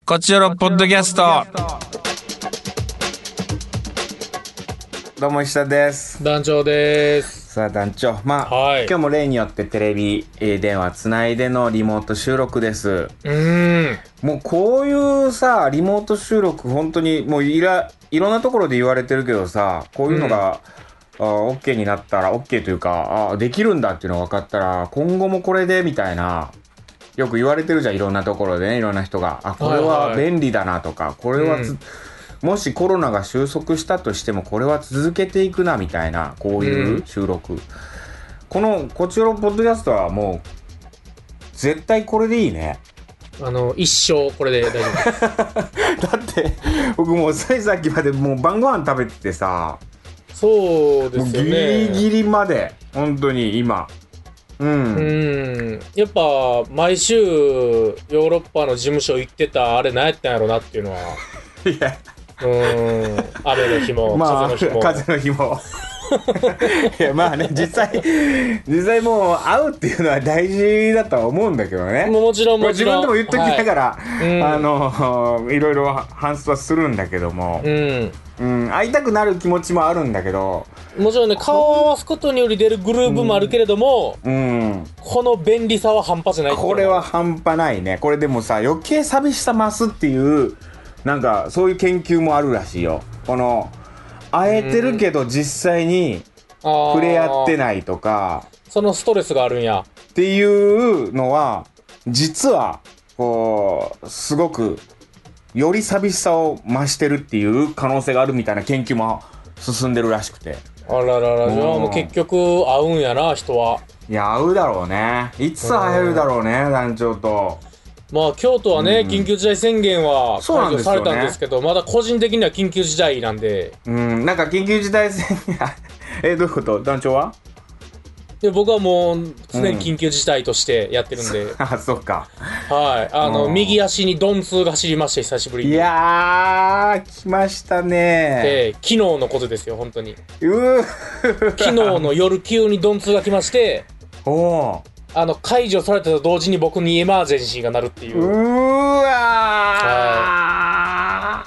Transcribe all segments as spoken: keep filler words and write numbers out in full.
こちらのポッドキャスト。どうも石田です。 団長です。 さあ団長、まあ、はい、今日も例によってテレビ電話つないでのリモート収録です。 うーん。 もうこういうさリモート収録本当にもういらいろんなところで言われてるけどさ、こういうのが、うん、あ OK になったら OK というかあできるんだっていうのが分かったら今後もこれでみたいな。よく言われてるじゃん、いろんなところでね、いろんな人があこれは便利だなとか、はいはい、これはつ、うん、もしコロナが収束したとしてもこれは続けていくなみたいな、こういう収録、うん、このこちらのポッドキャストはもう絶対これでいいね。 あの一生これで大丈夫だって僕もうついさっきまでもう晩ご飯食べててさ、 そうですよね、 ギリギリまで本当に今うん、 うんやっぱ毎週ヨーロッパの事務所行ってたあれ何やったんやろなっていうのは。 いやうん雨の日も、まあ、風の日も風の日もいやまあね実際実際もう会うっていうのは大事だとは思うんだけどね。 もちろんもちろん自分でも言っときながら、 はい、うん、 あのいろいろ反芻はするんだけども、 うんうん、会いたくなる気持ちもあるんだけど、 もちろんね顔を合わすことにより出るグループもあるけれども、うんうん、この便利さは半端じゃない。 これは半端ないね。これでもさ余計寂しさ増すっていうなんかそういう研究もあるらしいよ。この会えてるけど実際に触れ合ってないとか、 そのストレスがあるんやっていうのは実はこうすごくより寂しさを増してるっていう可能性があるみたいな研究も進んでるらしくて。 あららら、じゃあもう結局会うんやな人は。 いや会うだろうね。いつ会えるだろうね団長と。 まあ京都はね、うん、緊急事態宣言は解除されたんですけど、ね、まだ個人的には緊急事態なんで、 うんなんか緊急事態宣言えどういうこと団長は。 で僕はもう常に緊急事態としてやってるんで、うん、 あそっかはいあの右足に鈍痛が走りまして久しぶりに。 いやー来ましたね。 で昨日のことですよ本当に。 う昨日の夜急に鈍痛が来ましておあの解除されたと同時に僕にエマージェンシーが鳴るっていう。 うーわー、はい、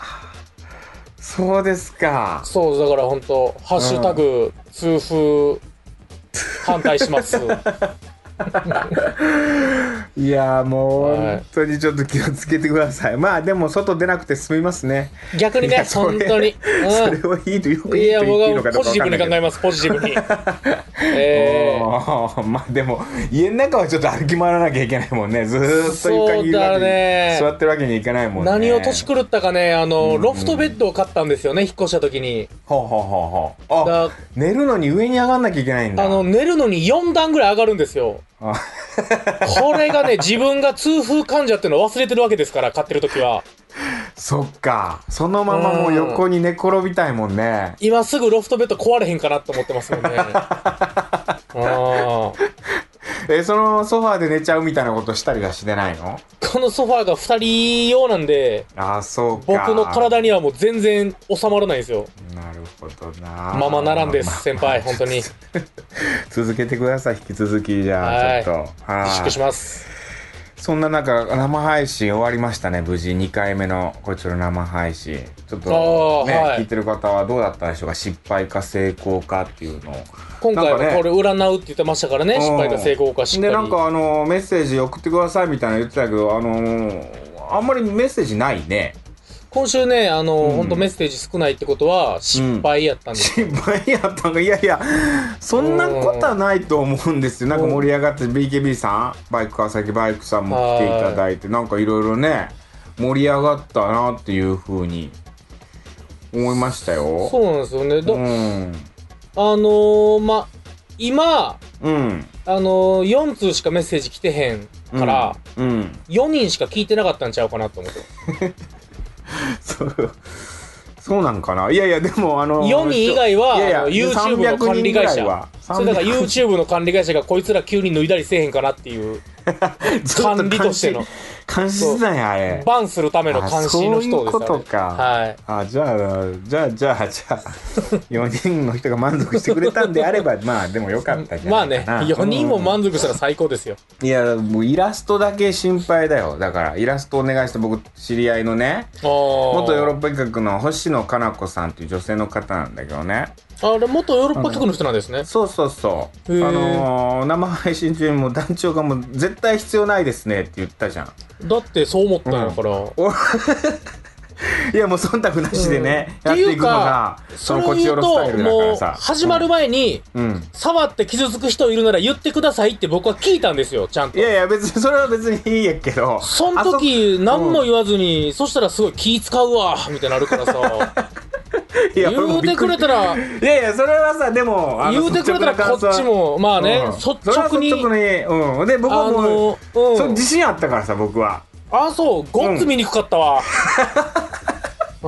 そうですか。 そうだから本当ハッシュタグ、うん、痛風反対しますいやもう本当にちょっと気をつけてください。まあでも外出なくて済みますね逆にね本当に、 うん、それをいいとよくいいと言っていいのかどうか分かんないけど、いや僕はポジティブに考えますポジティブにえー、まあでも家の中はちょっと歩き回らなきゃいけないもんね。ずーっと床にいるわけ、ね、座ってるわけにいかないもんね。 何を年狂ったかねあの、うんうん、ロフトベッドを買ったんですよね引っ越した時に。 ほうほうほうほう。あ寝るのに上に上がんなきゃいけないんだ。 あの寝るのによん段ぐらい上がるんですよこれがね自分が痛風患者っていうのを忘れてるわけですから買ってる時は。 そっかそのままもう横に寝転びたいもんね。 今すぐロフトベッド壊れへんかなと思ってますもんねあえそのソファーで寝ちゃうみたいなことしたりはしてないの。 このソファーがふたり用なんであそうか僕の体にはもう全然収まらないんですよ。 なるほどな。 ままならんです、まあ、先輩本当に続けてください引き続き。じゃあちょっと自粛します。 そんな中生配信終わりましたね無事にかいめのこちらの生配信。ちょっとね、はい、聞いてる方はどうだったでしょうか。失敗か成功かっていうのを今回はこれ占うって言ってましたからね、失敗か成功かしっかり。 でなんかあのメッセージ送ってくださいみたいな言ってたけどあのあんまりメッセージないね今週ね。あの、うん、ほんとメッセージ少ないってことは失敗やったんです、 うん、失敗やったんか。いやいやそんなことはないと思うんですよ。なんか盛り上がって ビーケービー さんバイク川崎バイクさんも来ていただいてなんかいろいろね盛り上がったなっていう風に思いましたよ。 そうなんですよね。ど、うん、あのー、ま今、うん、あのー、よん通しかメッセージ来てへんから、うんうん、よにんしか聞いてなかったんちゃうかなと思ってそうそうなんかな。いやいやでもあのー、 よにん以外はいやいや YouTube の管理会社それだから YouTube の管理会社がこいつら急に脱いだりせえへんかなっていう管理としての監視してたんや、あれ。 バンするための監視の人です。 そういうことか。 はい。 あ、じゃあ、じゃあ、じゃあ、じゃあ、よにんの人が満足してくれたんであれば、まあ、でもよかったじゃん。 まあね、よにんも満足したら最高ですよ。 いや、もうイラストだけ心配だよ。だから、イラストお願いして、僕、知り合いのね、元ヨーロッパ企画の星野かな子さんっていう女性の方なんだけどね。 あれ、元ヨーロッパ局の人なんですね。うん、 そうそうそう。あのー、生配信中にも団長がもう絶対必要ないですねって言ったじゃん。 だってそう思ったんやから。うん、 いやもう忖度なしでね、うん、やっていくのがそのこっちよろスタイルだからさ。始まる前に、うん、触って傷つく人いるなら言ってくださいって僕は聞いたんですよ、ちゃんと。 いやいや別にそれは別にいいやけど。 その時何も言わずに、うん、そしたらすごい気使うわみたいになるからさ。いや言うてくれたら、 いやいやそれはさ、でも言うてくれたらこっちもまあね、うん、率直に、 率直に、うん、で僕はもう、うん、そ自信あったからさ、僕は。 あ、そうごっつ見にくかったわ。うん、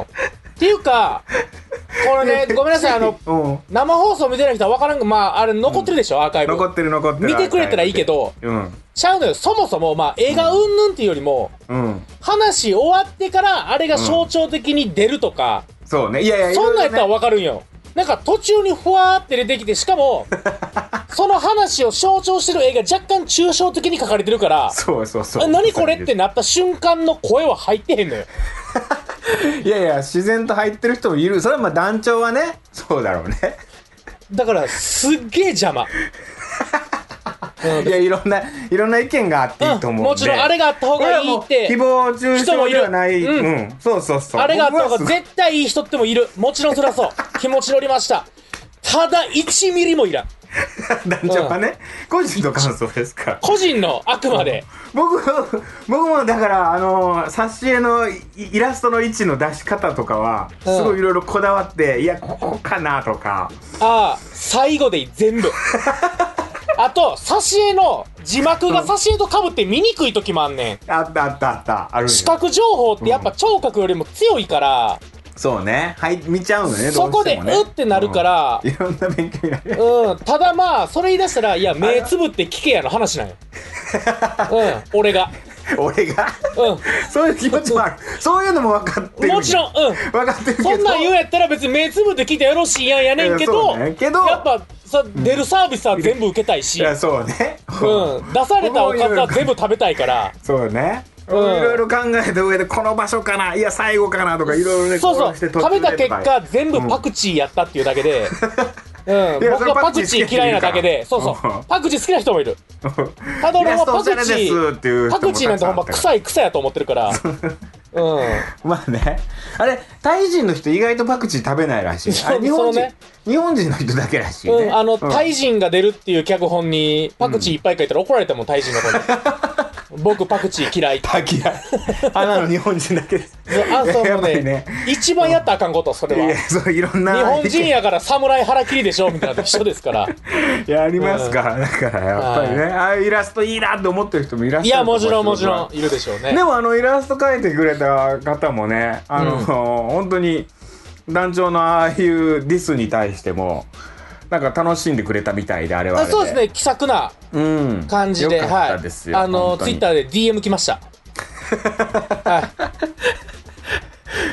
っていうかこれね、ごめんなさい、あの、うん、生放送見てない人は分からんが、まああれ残ってるでしょ、うん、アーカイブ。 残ってる残ってる。 見てくれたらいいけど、うん、ちゃうのよ。そもそもまあ映画うんぬんっていうよりも、うん、話終わってからあれが象徴的に出るとか、 うん、そうね。いやいや、 そんなんやったら分かるんよ。なんか途中にふわーって出てきて、しかもその話を象徴してる映画若干抽象的に書かれてるから、 そうそうそう、 何これってなった瞬間の声は入ってへんのよ。 いやいや、自然と入ってる人もいる。それはまあ団長はね、そうだろうね。 だからすっげえ邪魔。 うん、いや、いろんないろんな意見があっていいと思うんで、 うん、もちろんあれがあった方がいいって誹謗中傷ではない、うん、うん、そうそうそう、 あれがあった方が絶対いい人ってもいる。もちろんそりゃそう。気持ち乗りました。ただいちミリもいらん。 団長はね、うん、個人の感想ですから。 個人のあくまで。 僕僕もだからあの挿絵のイラストの位置の出し方とかはすごいいろいろこだわって、うん、いやここかなとか。 ああ、最後でいい、全部。あと挿絵の字幕が挿絵とかぶって見にくい時もあんねん。 あったあったあったある。 視覚情報ってやっぱ聴覚よりも強いから。うん、 そうね、はい、見ちゃうのね。 そこでうってなるから、 うん、いろんな勉強になる。 うん、ただまあそれ言い出したら、いや目つぶって聞けやの話なんよ。うん、俺が俺が、うん、そういう気持ちもある。そういうのも分かってる。 もちろん、うん、 分かってるけど、 そんなん言うやったら別に目つぶって聞いてよろしいやんやねんけど、 ね、けどやっぱさ、出るサービスは全部受けたいし、 いやそうね、 うん、出されたおかずは全部食べたいから。 そうね、いろいろ考えた上でこの場所かな、いや最後かなとかいろいろね、 そうそう、食べた結果全部パクチーやったっていうだけで、うん、僕がパクチー嫌いなだけで、そうそう、パクチー好きな人もいる。ただ俺はパクチー、パクチーなんてほんま臭い臭いやと思ってるから。うん、 まあね、あれタイ人の人意外とパクチー食べないらしい。あれ日本人、ね、日本人の人だけらしいね。 うん、あの、うん、タイ人が出るっていう脚本にパクチーいっぱい書いたら怒られたもん、タイ人の子に。僕パクチー嫌い。 あ、嫌い。あなの日本人だけです。 あ、そうもね、ね、一番やったらあかんこと、それは。 いや、そういろんな。 日本人やから侍腹切りでしょみたいなと一緒ですから。 いや、ありますから、うん、だからやっぱりね、ああいうイラストいいなって思ってる人もいらっしゃる。 いや、もちろんもちろんいるでしょうね。 でもあのイラスト描いてくれた方もね、あの、うん、本当に団長のああいうディスに対しても。なんか楽しんでくれたみたいで、あれはあれで。 そうですね、気さくな感じで、うん、はい。あのツイッターで ディーエム 来ました。 はい。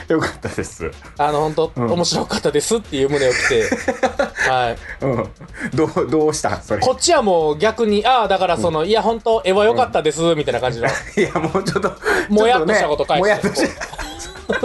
よかったです。 あの本当、うん、面白かったですっていう旨を来て、はい。 うん。どうどうしたそれ。 こっちはもう逆に、ああだからその、うん、いや本当絵は良かったです、うん、みたいな感じの。 いやもうちょっともやっとしたこと書いて。もやっとした。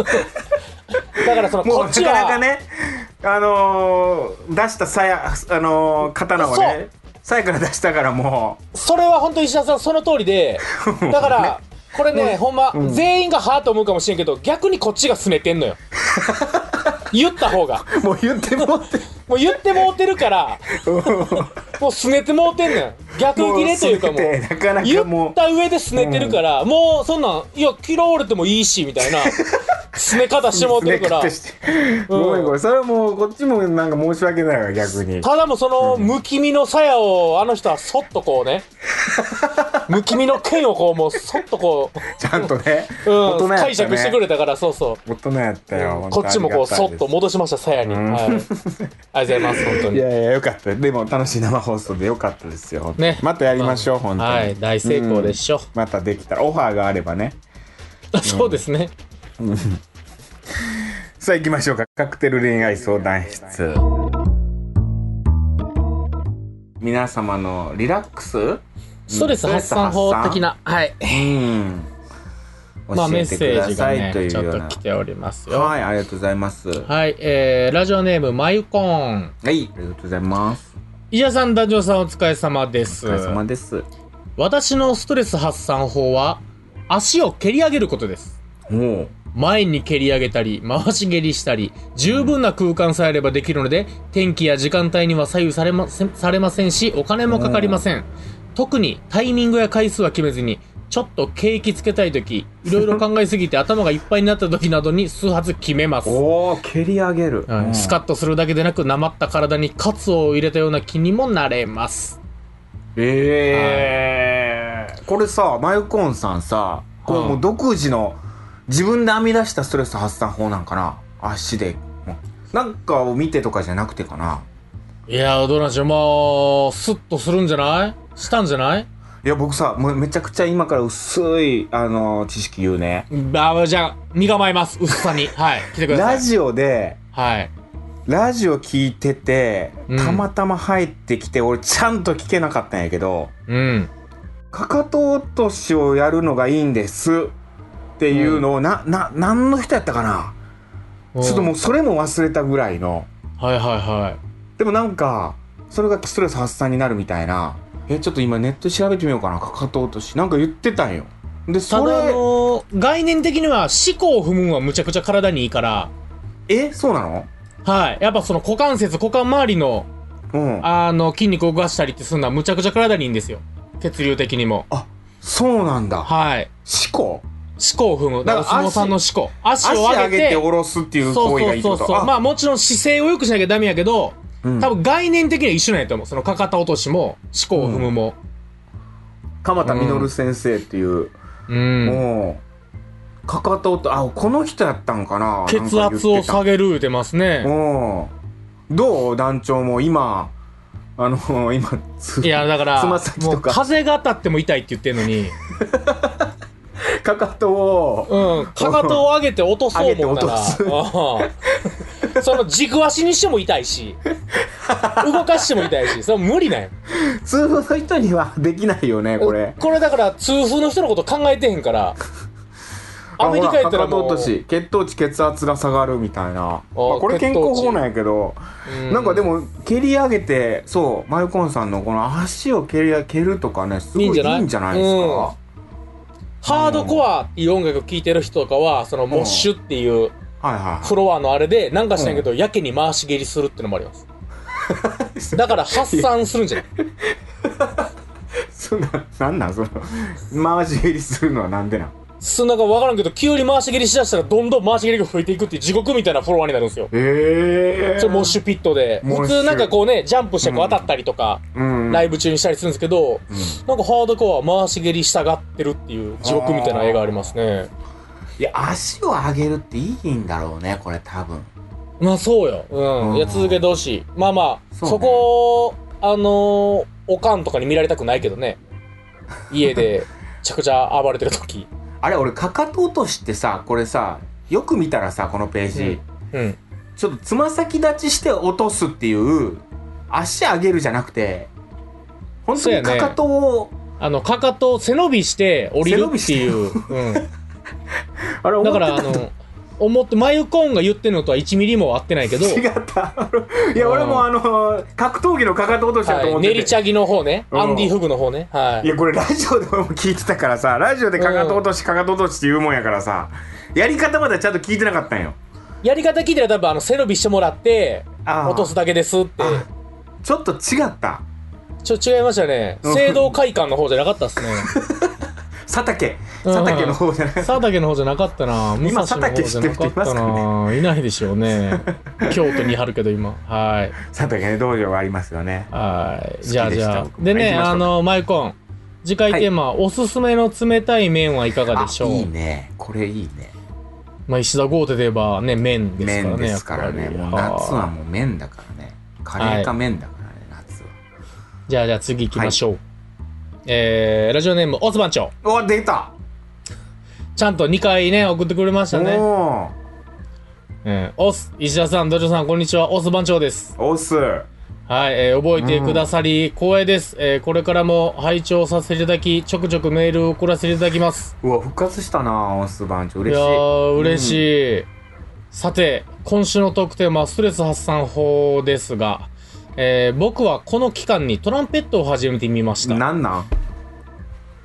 だからそのこっちは。 なかなかね。あのー、出したさや、あのー、刀をね、さやから出したからもうそれは本当に石田さんその通りで、だから、ね、これね、ほんま、うん、全員がはぁと思うかもしれんけど、逆にこっちがすねてんのよ。言った方がもう言ってもうてもう言ってもうてるからもうすねてもうてんのよ。逆切れというか、もうなかなかもう言った上ですねてるから、うん、もうそんなんいや嫌われてもいいしみたいなすね方してもうてるから。 ごめんごめん。それはもう、こっちもなんか申し訳ないわ、逆に。 ただもその、むきみの鞘を、あの人はそっとこうね、むきみの剣をこう、もうそっとこう、 ちゃんとね、 うん、解釈してくれたから、そうそう。 大人やったよ。 こっちもこう、そっと戻しました、鞘に。はい。ありがとうございます、本当に。 いやいや、よかった。でも楽しい生放送でよかったですよ。ね。またやりましょう、本当に。 はい、大成功でしょ。 またできたら、オファーがあればね。 そうですね。 さあ行きましょうか。カクテル恋愛相談室。皆様のリラックスストレス発散法的な、はい。うん。まあメッセージがね、ちょっと来ておりますよ。 はい、ありがとうございます。 はい、えー、ラジオネームまゆこん。 はい、ありがとうございます。 伊者さん、ダジョさん、お疲れ様です。 お疲れ様です。 私のストレス発散法は、足を蹴り上げることです。 おう。 前に蹴り上げたり、回し蹴りしたり、十分な空間さえあればできるので、天気や時間帯には左右されません、されませんし、お金もかかりません。特にタイミングや回数は決めずに、ちょっと景気つけたいとき、いろいろ考えすぎて頭がいっぱいになったときなどに数発決めます。 おー、蹴り上げる。 はい、スカッとするだけでなく、なまった体にカツを入れたような気にもなれます。 えー。はい、これさ、マユコンさんさ、これもう独自の、自分で編み出したストレス発散法なんかな、足で。なんかを見てとかじゃなくてかな。 いやー、どうなんでしょう。まあ、スッとするんじゃないしたんじゃない？ いや、僕さ、もうめちゃくちゃ今から薄い、あのー、知識言うね。 あ、じゃあ、身構えます。薄さに。はい。来てください。 ラジオで、 はい。 ラジオ聞いてて、たまたま入ってきて、うん、俺ちゃんと聞けなかったんやけど、 うん。 かかと落としをやるのがいいんです。っていうのを、うん、な、な、何の人やったかな、ちょっともうそれも忘れたぐらいの。 はいはいはい。 でもなんか、それがストレス発散になるみたいな。え、ちょっと今ネット調べてみようかな。かかと落とし。なんか言ってたんよ。で、それ。 ただあのー、概念的には四股を踏むのはむちゃくちゃ体にいいから。 え、そうなの？ はい。やっぱその股関節、股間周りの、うん、あの、筋肉を動かしたりってするのはむちゃくちゃ体にいいんですよ。血流的にも。 あ、そうなんだ。 はい。 四股？ 四股を踏む。だから相撲さんの四股。足を上げて。 足上げて下ろすっていう行為がいいってこと？そうそうそうそう。 まあもちろん姿勢を良くしなきゃダメやけど、うん、多分概念的には一緒なんやと思う。そのかかと落としも、四股を踏むも。 うん、鎌田実先生っていう。うん。もう、かかとと、あ、この人やったんかな。 血圧を下げる言うてますね。 うん。どう？団長も今、あの、今、 いや、だから、もう風が当たっても痛いって言ってんのに。 かかとを、 うん、かかとを上げて落とそうもんなら、その軸足にしても痛いし、動かしても痛いし、それ無理なんよ。 痛風の人にはできないよね、これ。 これだから痛風の人のこと考えてへんから、アメリカやったらもう、 かかと落とし、血糖値、血圧が下がるみたいな。まあ、これ健康法なんやけど、なんかでも蹴り上げて、そう、マユコンさんのこの足を蹴り蹴るとかね、すごいいいんじゃないですか。 ハードコアっていう音楽を聴いてる人とかは、そのモッシュっていうフロアのあれでなんかしたんやけど、やけに回し蹴りするってのもあります。だから発散するんじゃない？ そんな、なんなんその、回し蹴りするのはなんでなん？ そんなか分からんけど、急に回し蹴りしだしたらどんどん回し蹴りが増えていくっていう地獄みたいなフロアになるんですよ。 へー。 それモッシュピットで。普通なんかこうね、ジャンプしてこう当たったりとか、うん、ライブ中にしたりするんですけど、うん、なんかハードコア回し蹴りしたがってるっていう地獄みたいな絵がありますね。 いや、足を上げるっていいんだろうね、これ多分。 まあそうよ。うん。うん、いや、続けてほしい。まあまあ、そ, ね、そこ、あのー、おかんとかに見られたくないけどね。家で、めちゃくちゃ暴れてる時。 あれ、俺、かかと落としってさ、これさ、よく見たらさ、このページ。うん。うん、ちょっとつま先立ちして落とすっていう、足上げるじゃなくて、本当にかかとを、 ね、あの、かかとを背伸びして降りるっていう。うん。あれ、だから、あの、思って、マユコーンが言ってるのとはいちミリも合ってないけど。 違った。いや、俺もあの、格闘技のかかと落としだと思ってて。 はい、ネリチャギの方ね。アンディフグの方ね。はい。 いや、これラジオでも聞いてたからさ、ラジオでかかと落とし、かかと落としって言うもんやからさ、やり方までちゃんと聞いてなかったんよ。 やり方聞いたら多分、あの、背伸びしてもらって、落とすだけですって。 ちょっと違った。 ちょっと違いましたね。聖堂会館の方じゃなかったっすね。 佐竹佐竹の方じゃない、 佐竹の方じゃなかったな。 今佐竹知ってる人いますかね。 いないでしょうね。京都にいはるけど今。はい。 佐竹ね、道場がありますよね。 はい。じゃあじゃあでね、あのマイコン次回テーマ、はい、おすすめの冷たい麺はいかがでしょう。 いいね、これいいね。 まあ石田豪邸で言えばね、麺ですからね。 麺ですからね。もう夏はもう麺だからね。カレーか麺だからね、はい、夏は。じゃあじゃあ次行きましょう。はい、えー、ラジオネームオス番長。 お、出た。 ちゃんとにかいね送ってくれましたね。おー、えー、オス石田さん、ダジョさん、こんにちは。オス番長です。 オス。 はい、えー、覚えてくださり、うん、光栄です、えー。これからも拝聴させていただき、ちょくちょくメールを送らせていただきます。 うわ、復活したな、オス番長。嬉しい。 いやー、嬉しい。うん、さて、今週のトークテーマはストレス発散法ですが、えー、僕はこの期間にトランペットを始めてみました。 なんなん、うん、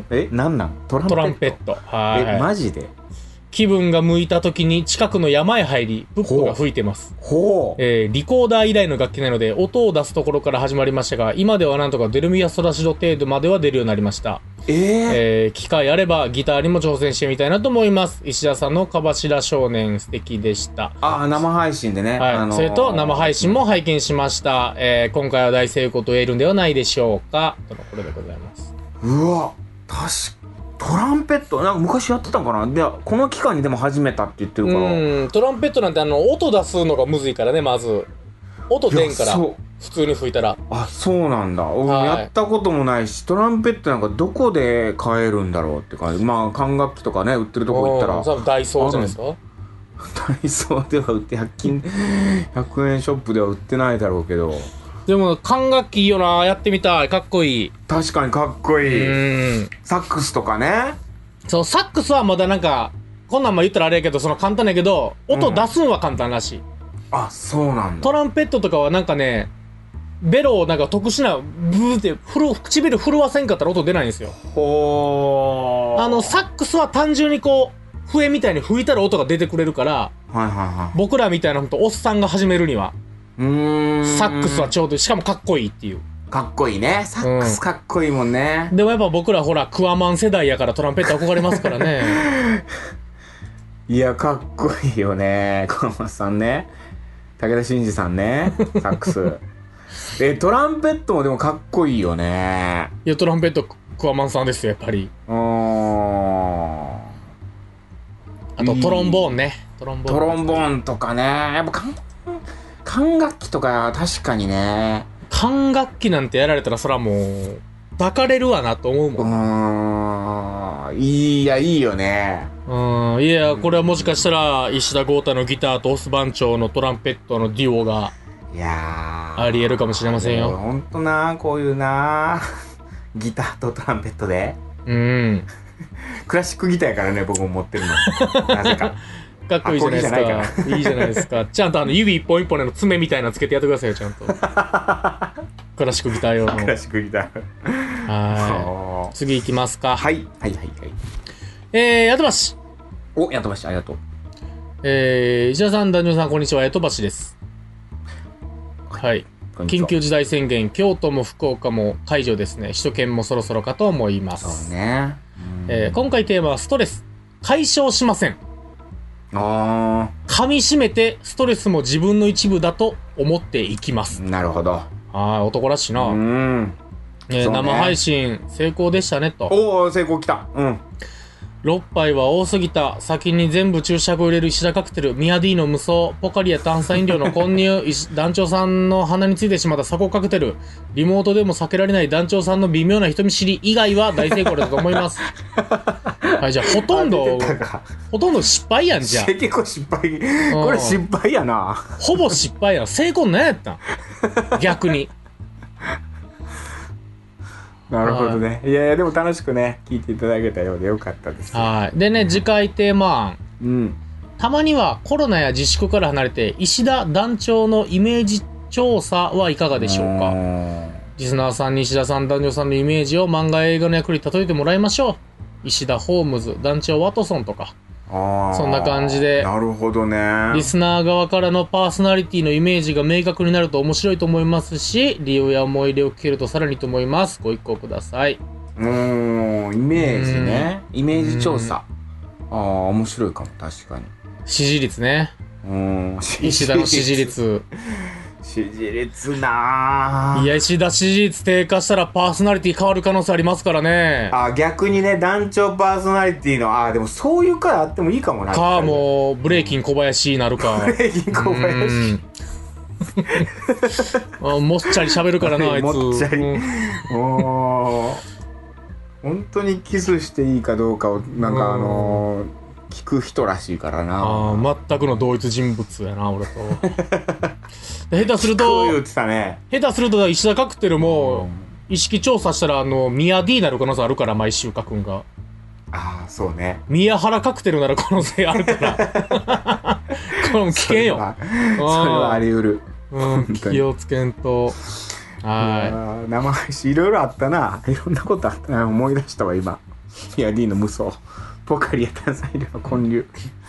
え、なんなんトランペット。 トランペット。はい、はい。 え、マジで？ 気分が向いた時に近くの山へ入り、プップが吹いてます。 ほう。 えー、リコーダー以来の楽器なので、音を出すところから始まりましたが、今ではなんとかドレミやソラシド程度までは出るようになりました。 えー、 えー、機会あればギターにも挑戦してみたいなと思います。石田さんのかばしら少年素敵でした。 あ、生配信でね。 はい。 あのー、 それと生配信も拝見しました。えー、今回は大成功と言えるんではないでしょうか。とのことでございます。 うわ、確かトランペットなんか昔やってたんかな。でこの期間にでも始めたって言ってるから。 うん、トランペットなんてあの音出すのがむずいからね。まず音出んから普通に吹いたら。 あ、そうなんだ。俺やったこともないし、トランペットなんかどこで買えるんだろうって感じ。まあ管楽器とかね売ってるとこ行ったら、 多分ダイソーじゃないですか。 ダイソーでは売ってひゃく均ひゃくえんショップでは売ってないだろうけど。 でも管楽器いいよな。やってみたい。かっこいい。 確かにかっこいい。うん、サックスとかね。 そう、サックスはまだなんかこんなんも言ったらあれやけど、その簡単やけど音出すんは簡単らしい。うん、 あ、そうなんだ。 トランペットとかはなんかね、ベロをなんか特殊なブーってふる唇震わせんかったら音出ないんですよ。ほー。あのサックスは単純にこう笛みたいに吹いたら音が出てくれるから、はいはいはい、僕らみたいなほんとおっさんが始めるにはうーん、サックスはちょうど、しかもかっこいいっていう。 かっこいいね。サックスかっこいいもんね。 うん、でもやっぱ僕らほらクワマン世代やからトランペット憧れますからね。 いや、かっこいいよね。クワマンさんね、武田真治さんね、サックス。え、トランペットもでもかっこいいよね。 いや、トランペットクワマンさんですよやっぱり。うーん。あとトロンボーンね。 トロンボーン。トロンボーンとかね。やっぱ管楽器とか確かにね。 管楽器なんてやられたらそらもう抱かれるわなと思うもん。 うーん、いや、いいよね。 うん、いや、これはもしかしたら石田豪太のギターとオス番長のトランペットのデュオがいやありえるかもしれませんよ。 ほんとな、こういうなギターとトランペットで、 うん、 クラシックギターやからね、僕も持ってるの。なぜかかっこいいじゃないですか。いいじゃないですか。ちゃんとあの指一本一本の爪みたいなのつけてやってくださいよ、ちゃんと。クラシックギター用の。 クラシックギター。はい。次行きますか。 はい。はいはいはい。 えー、やとばし。 お、やとばし、ありがとう。 えー、石田さん、男女さん、こんにちは。やとばしです。はい。緊急事態宣言、京都も福岡も解除ですね。首都圏もそろそろかと思います。 そうね。 えー、今回テーマはストレス。解消しません。あ噛み締めてストレスも自分の一部だと思っていきます。 なるほど。 はい、男らしいな。うん、えーね、生配信成功でしたねと。 おお、成功きた。うん。 ろっぱいは多すぎた。先に全部注釈を入れる石田カクテル、ミヤ D の無双、ポカリや炭酸飲料の混入、団長さんの鼻についてしまった鎖国カクテル、リモートでも避けられない団長さんの微妙な人見知り以外は大成功だと思います。はい、じゃあほとんどほとんど失敗やん。じゃあ結構失敗。これ失敗やな。 ほぼ失敗やん。成功なんやったん逆に。 なるほどね。いやいや、でも楽しくね聞いていただけたようでよかったです。 はい。でね、次回テーマ案、 うん、 たまにはコロナや自粛から離れて石田団長のイメージ調査はいかがでしょうか。リスナーさんに石田さん、団長さんのイメージを漫画映画の役に例えてもらいましょう。石田ホームズ、団長ワトソンとか、あ、そんな感じで。 なるほどね。 リスナー側からのパーソナリティのイメージが明確になると面白いと思いますし、理由や思い入れを聞けるとさらにと思います。ご一考ください。 うーん。 イメージね。イメージ調査。ああ、面白いかも、確かに。 支持率ね。 うん。 石田の支持率。 支持率なぁ。 いや、石田支持率低下したらパーソナリティ変わる可能性ありますからね。 あ、逆にね、団長パーソナリティの、あ、でもそういう回あってもいいかもな。 か、もう、ブレイキン小林になるか。 ブレイキン小林。 あ、もっちゃり喋るからな、あいつ。 もっちゃり。うん、もう、本当にキスしていいかどうかを、なんかあのー、聞く人らしいからな。 あ、全くの同一人物やな、俺と。下手すると、 言ってたね、 下手すると石田カクテルも、意識調査したら、あの、ミヤ D になる可能性あるから、毎週かくんが。 ああ、そうね。 宮原カクテルなる可能性あるから。これも危険よ。 それは、それはあり得る。 うん、気をつけんと。 はい。生配信いろいろあったな。いろんなことあったな。思い出したわ、今。ミヤ D の無双。ポカリや炭酸入れの混入。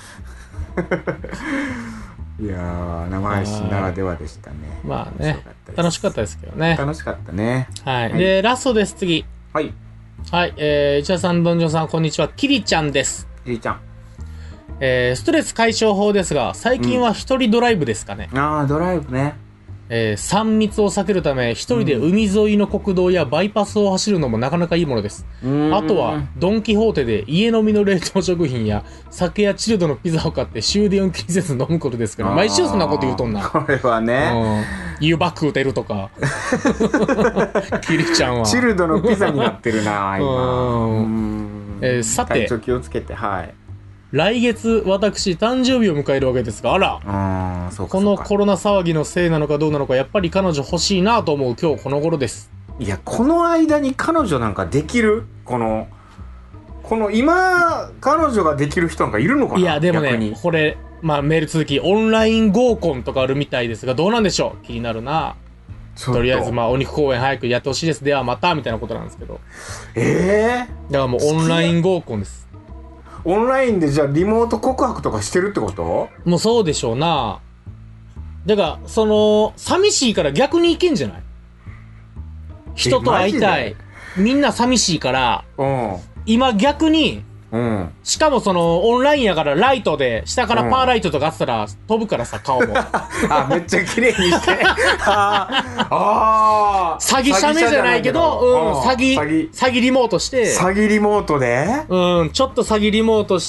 いやー、生配信ならではでしたね。 まあね、楽しかったですけどね。 楽しかったね。 はい。はい、で、ラストです、次。 はい。 はい、えー、市田さん、どんじょうさん、こんにちは。キリちゃんです。 キリちゃん。 えー、ストレス解消法ですが、最近は一人ドライブですかね。 うん、ああ、ドライブね。 えー、さん密を避けるため、一人で海沿いの国道やバイパスを走るのもなかなかいいものです。あとは、ドンキホーテで家飲みの冷凍食品や酒やチルドのピザを買って終電を気にせず飲むことですから、毎週そんなこと言うとんな。 これはね。 湯バック打てるとか。キリちゃんは。 チルドのピザになってるな、今。 えー、さて。 体調気をつけて、はい。 来月、私、誕生日を迎えるわけですが、あら、 あそうかこのコロナ騒ぎのせいなのかどうなのか、やっぱり彼女欲しいなと思う今日この頃です。 いや、この間に彼女なんかできるこの、この今、彼女ができる人なんかいるのかな。 いや、でもね、これ、まあメール続き、オンライン合コンとかあるみたいですが、どうなんでしょう。気になるな。とりあえず、まあ、お肉公演早くやってほしいです。ではまた、みたいなことなんですけど。 ええー、 だからもうオンライン合コンです。 オンラインでじゃあリモート告白とかしてるってこと？ もうそうでしょうな。だから、その、寂しいから逆に行けんじゃない？人と会いたい。みんな寂しいから、 うん、 今逆に、 うん、 しかもその、オンラインやからライトで、下からパーライトとかあってたら、飛ぶからさ、顔も。 あ、めっちゃ綺麗にして。ああ。 詐欺写メじゃないけど、うん、詐欺、詐欺、詐欺リモートして。 詐欺リモートでうん、ちょっと詐欺リモートして、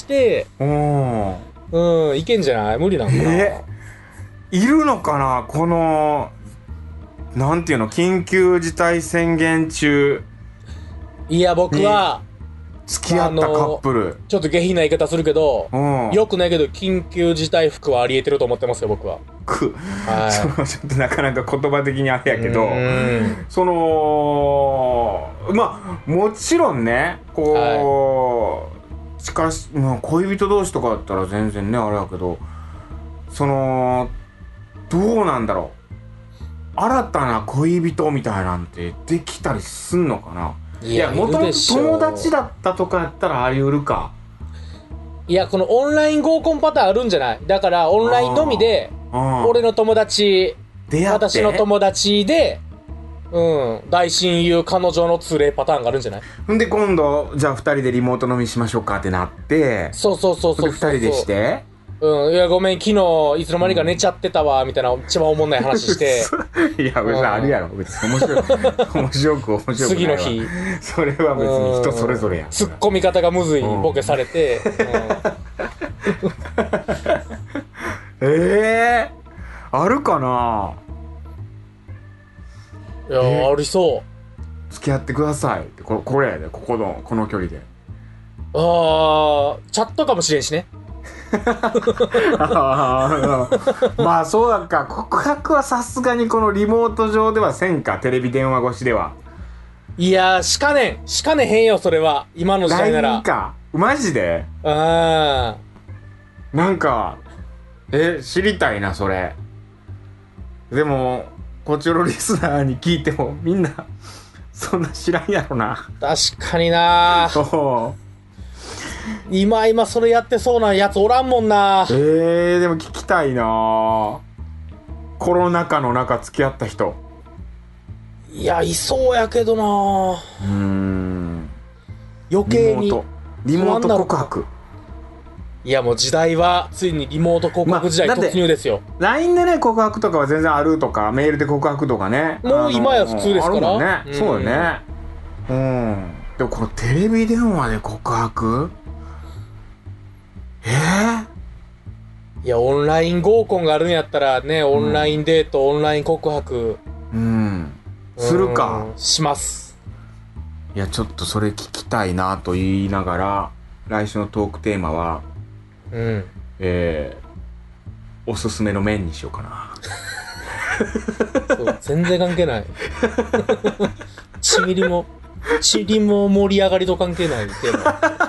うん。 うん、いけんじゃない？無理なのかな？ え、いるのかなこの、なんていうの、緊急事態宣言中。 いや、僕は、 付き合ったカップル。 ちょっと下品な言い方するけど、 うん、 よくないけど、緊急事態服はあり得てると思ってますよ、僕は。 く、はい、ちょっとなかなか言葉的にあれやけど、その、まあ、もちろんね、こう、はい、しかし、まあ、恋人同士とかだったら全然ね、あれやけど、その、どうなんだろう。新たな恋人みたいなんてできたりすんのかな。いや、もともと友達だったとかやったらあり得るか。 いや、このオンライン合コンパターンあるんじゃない？だから、オンラインのみで、俺の友達、私の友達で、うん、大親友、彼女の連れパターンがあるんじゃない？ んで、今度、じゃあ二人でリモート飲みしましょうかってなって、 そうそうそうそう。 二人でして、 うん、いや、ごめん、昨日、いつの間にか寝ちゃってたわ、みたいな、一番おもんない話して。 いや、別にあるやろ。別に面白い。面白く、面白くないわ。 次の日。 それは別に人それぞれやん。 突っ込み方がむずいボケされて。 ええー、あるかないや、えー、ありそう。 付き合ってくださいって、これ、これやで、ここの、この距離で。 あー、チャットかもしれんしね。 あまあそうだか。告白はさすがにこのリモート上ではせんか。テレビ電話越しでは。 いやー、しかねんしかねへんよ、それは。今の時代なら。 ライン か。マジで？ あー、なんかえ知りたいな、それ。でもこちらのリスナーに聞いてもみんなそんな知らんやろな。 確かになー。今今それやってそうなやつおらんもんな。 えー、でも聞きたいな。コロナ禍の中付き合った人。 いや、いそうやけどな。 うーん。 余計にリモート告白。 いやもう時代はついにリモート告白時代突入ですよ、 まあ、ライン でね告白とかは全然あるとか、メールで告白とかね、 もう今や普通ですから、あるもんね、うん、そうよね。うんでもこのテレビ電話で告白、えー、いやオンライン合コンがあるんやったらね、オンラインデート、うん、オンライン告白、 うん、するか、 します。 いやちょっとそれ聞きたいなと言いながら、来週のトークテーマは、うん、えー、おすすめの麺にしようかな。 そう全然関係ない。ちみりもちりも盛り上がりと関係ないテーマ。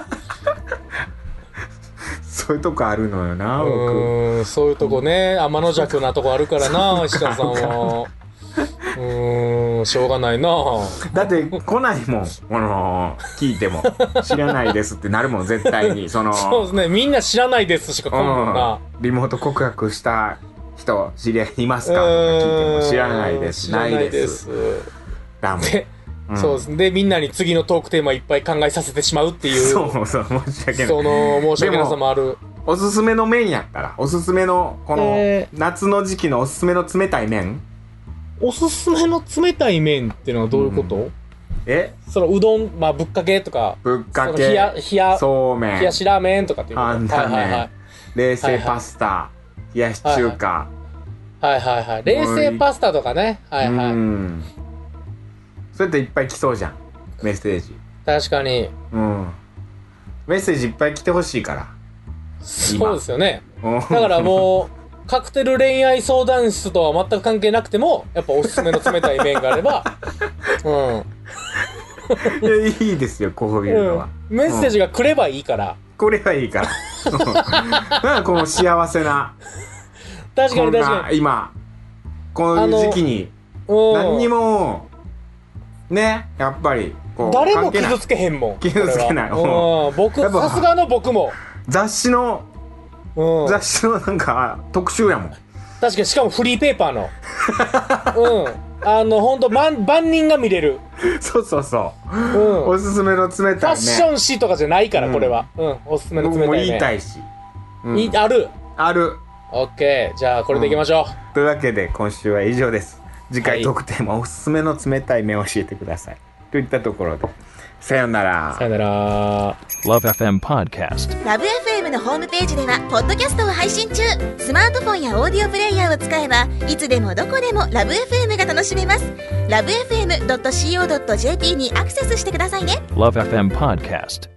そういうとこあるのよな、僕。 うん、そういうとこね、天の弱なとこあるからな、石川さんは。うーん、しょうがないな。 だって来ないもん、あの聞いても知らないですってなるもん絶対に。そのそうですね、みんな知らないですしか来んもんな、 うん、リモート告白した人知り合いいますかとか聞いても知らないです、ないです。だもん。 で、うん、そうですね。でみんなに次のトークテーマいっぱい考えさせてしまうっていう。 そうそう、申し訳ない。 その申し訳なさもある。 おすすめの麺やったら、おすすめのこの、えー、夏の時期のおすすめの冷たい麺。 おすすめの冷たい麺っていうのはどういうこと？うん、え？そのうどん、まあぶっかけとか、 ぶっかけ、 冷や冷やそうめん、 冷やしラーメンとかっていうこと。 半田麺、はいはいはい、冷製パスタ、はいはい、冷やし中華。 はいはいはい。冷製パスタとかね。はいはい。うん。 そうやっていっぱい来そうじゃん、メッセージ。 確かに。 うん。メッセージいっぱい来てほしいから。 そうですよね。だからもう。カクテル恋愛相談室とは全く関係なくても、やっぱおすすめの冷たい麺があれば、うん。 いや、いいですよ、こういうのは、 うん。メッセージが来ればいいから。 来ればいいから。なんかこの幸せな。 確かに確かに。 今、この時期に、何にも、ね、やっぱりこう、誰も傷つけへんもん。 傷つけない。 僕、さすがの僕も。 雑誌の、うん、雑誌のなんか特集やもん。 確かに、しかもフリーペーパーのうんあのほんと万人が見れる。 そうそうそう、うん、おすすめの冷たいね。ファッション誌とかじゃないから、うん、これは、うん、おすすめの冷たいね。僕も言いたいし、 うん、いあるある。 オッケー、じゃあこれでいきましょう、 うん、というわけで今週は以上です。次回トークテーマ、はい、おすすめの冷たい麺を教えてくださいといったところで、さよなら。 さよなら。 Love エフエム Podcast。 ラブ エフエム のホームページではポッドキャストを配信中。スマートフォンやオーディオプレイヤーを使えばいつでもどこでもラブ エフエム が楽しめます。ラブエフエムドットシーオードットジェーピー にアクセスしてくださいね。 Love エフエム Podcast。